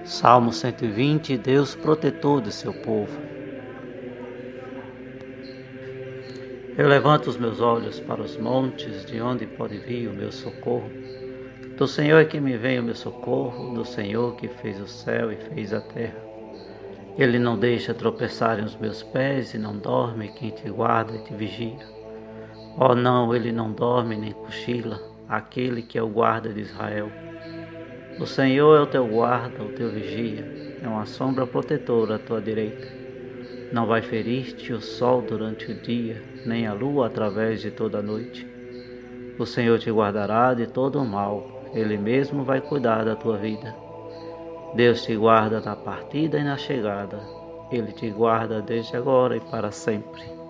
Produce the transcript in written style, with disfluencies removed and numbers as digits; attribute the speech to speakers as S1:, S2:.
S1: Salmo 120, Deus protetor de seu povo. Eu levanto os meus olhos para os montes, de onde pode vir o meu socorro. Do Senhor é que me vem o meu socorro, do Senhor que fez o céu e fez a terra. Ele não deixa tropeçarem os meus pés e não dorme quem te guarda e te vigia. Oh não, ele não dorme nem cochila, aquele que é o guarda de Israel. O Senhor é o teu guarda, o teu vigia, é uma sombra protetora à tua direita. Não vai ferir-te o sol durante o dia, nem a lua através de toda a noite. O Senhor te guardará de todo o mal, Ele mesmo vai cuidar da tua vida. Deus te guarda na partida e na chegada, Ele te guarda desde agora e para sempre.